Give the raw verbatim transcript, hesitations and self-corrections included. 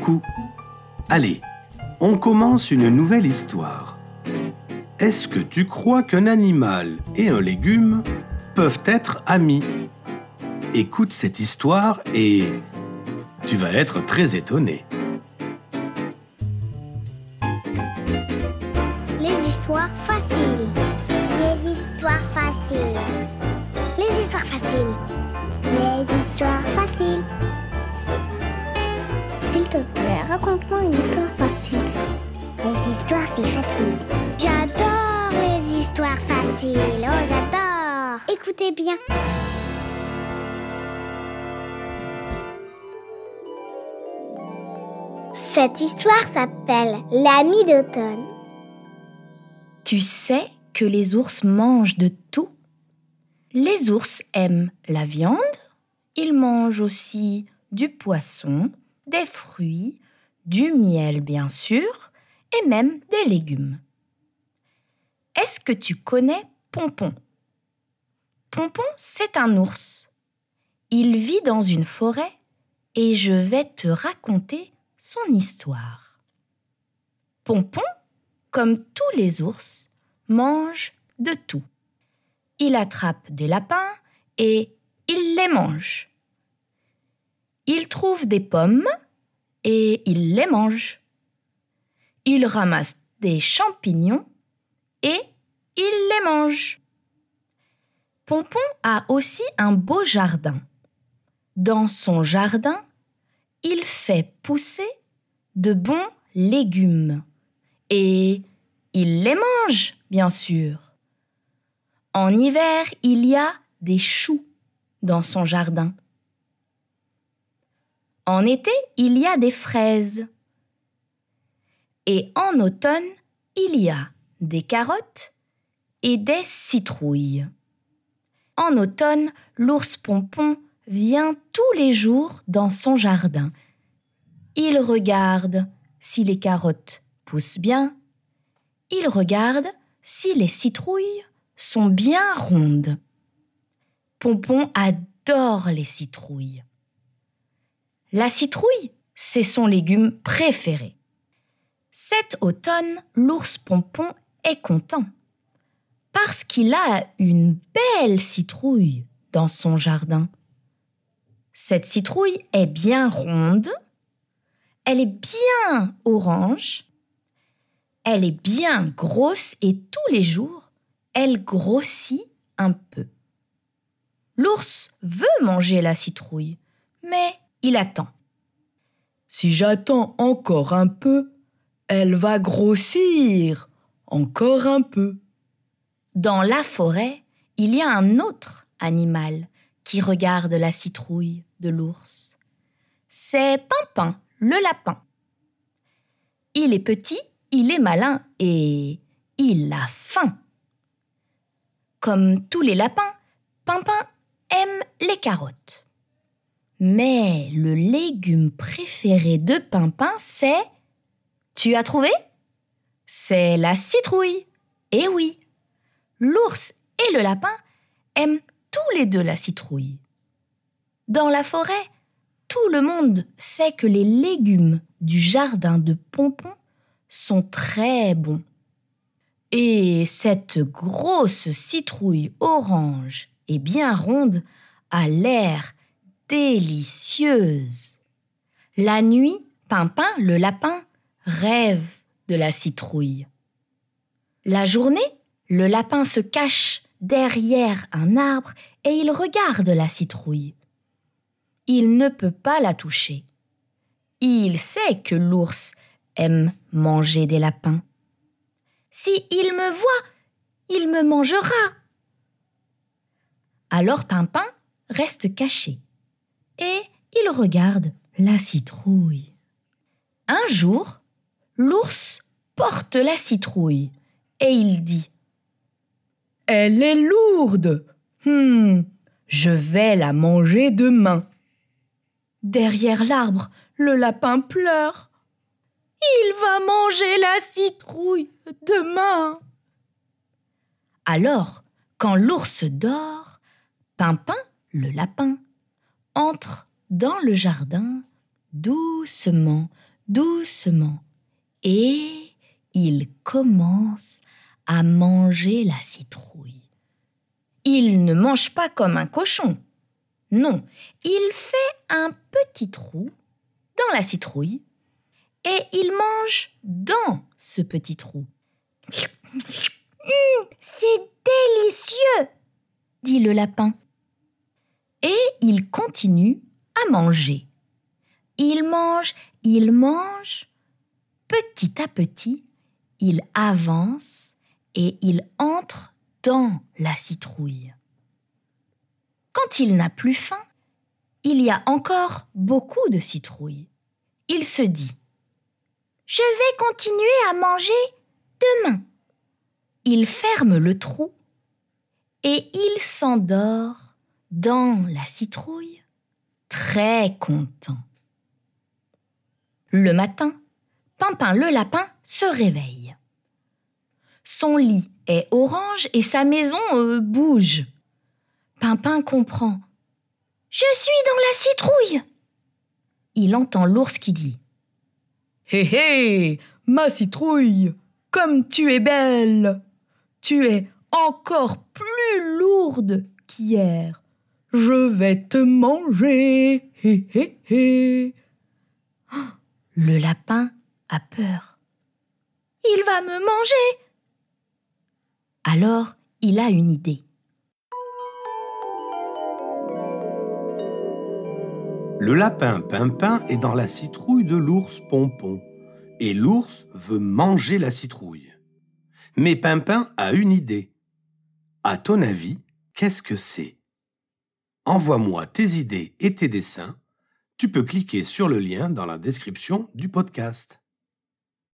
beaucoup. Allez, on commence une nouvelle histoire. Est-ce que tu crois qu'un animal et un légume peuvent être amis? Écoute cette histoire et tu vas être très étonné. Les histoires faciles. Les histoires faciles. Les histoires faciles. Les histoires faciles. S'il te plaît, raconte-moi une histoire facile. Les histoires, c'est facile. J'adore les histoires faciles. Oh, j'adore. Écoutez bien. Cette histoire s'appelle L'ami d'automne. Tu sais que les ours mangent de tout? Les ours aiment la viande, ils mangent aussi du poisson, des fruits, du miel bien sûr, et même des légumes. Est-ce que tu connais Pompon? Pompon, c'est un ours. Il vit dans une forêt et je vais te raconter son histoire. Pompon, comme tous les ours, mange de tout. Il attrape des lapins et il les mange. Il trouve des pommes et il les mange. Il ramasse des champignons et il les mange. Pompon a aussi un beau jardin. Dans son jardin, il fait pousser de bons légumes et il les mange, bien sûr. En hiver, il y a des choux dans son jardin. En été, il y a des fraises. Et en automne, il y a des carottes et des citrouilles. En automne, l'ours Pompon vient tous les jours dans son jardin. Il regarde si les carottes poussent bien. Il regarde si les citrouilles sont bien rondes. Pompon adore les citrouilles. La citrouille, c'est son légume préféré. Cet automne, l'ours Pompon est content parce qu'il a une belle citrouille dans son jardin. Cette citrouille est bien ronde, elle est bien orange, elle est bien grosse et tous les jours, elle grossit un peu. L'ours veut manger la citrouille, mais il attend. Si j'attends encore un peu, elle va grossir encore un peu. Dans la forêt, il y a un autre animal qui regarde la citrouille de l'ours. C'est Pimpin, le lapin. Il est petit, il est malin et il a faim. Comme tous les lapins, Pimpin aime les carottes. Mais le légume préféré de Pimpin, c'est... Tu as trouvé? C'est la citrouille. Eh oui, l'ours et le lapin aiment tous les deux la citrouille. Dans la forêt, tout le monde sait que les légumes du jardin de Pompon sont très bons. Et cette grosse citrouille orange et bien ronde a l'air délicieuse. La nuit, Pimpin, le lapin, rêve de la citrouille. La journée, le lapin se cache derrière un arbre et il regarde la citrouille. Il ne peut pas la toucher. Il sait que l'ours aime manger des lapins. Si il me voit, il me mangera. Alors Pimpin reste caché et il regarde la citrouille. Un jour, l'ours porte la citrouille et il dit « Elle est lourde. Hmm, je vais la manger demain. » Derrière l'arbre, le lapin pleure. « Il va manger la citrouille demain !» Alors, quand l'ours dort, Pimpin, le lapin, entre dans le jardin doucement, doucement et il commence à manger la citrouille. Il ne mange pas comme un cochon. Non, il fait un petit trou dans la citrouille et il mange dans ce petit trou. Mmh, c'est délicieux, dit le lapin. Et il continue à manger. Il mange, il mange. Petit à petit, il avance et il entre dans la citrouille. Quand il n'a plus faim, il y a encore beaucoup de citrouilles. Il se dit « Je vais continuer à manger demain ». Il ferme le trou et il s'endort dans la citrouille, très content. Le matin, Pimpin le lapin se réveille. Son lit est orange et sa maison euh, bouge. Pimpin comprend. « Je suis dans la citrouille !» Il entend l'ours qui dit « Hé hé, ma citrouille, comme tu es belle! Tu es encore plus lourde qu'hier. Je vais te manger, hé hé hé !» Le lapin a peur. « Il va me manger !» Alors, il a une idée. Le lapin Pimpin est dans la citrouille de l'ours Pompon et l'ours veut manger la citrouille. Mais Pimpin a une idée. À ton avis, qu'est-ce que c'est ? Envoie-moi tes idées et tes dessins. Tu peux cliquer sur le lien dans la description du podcast.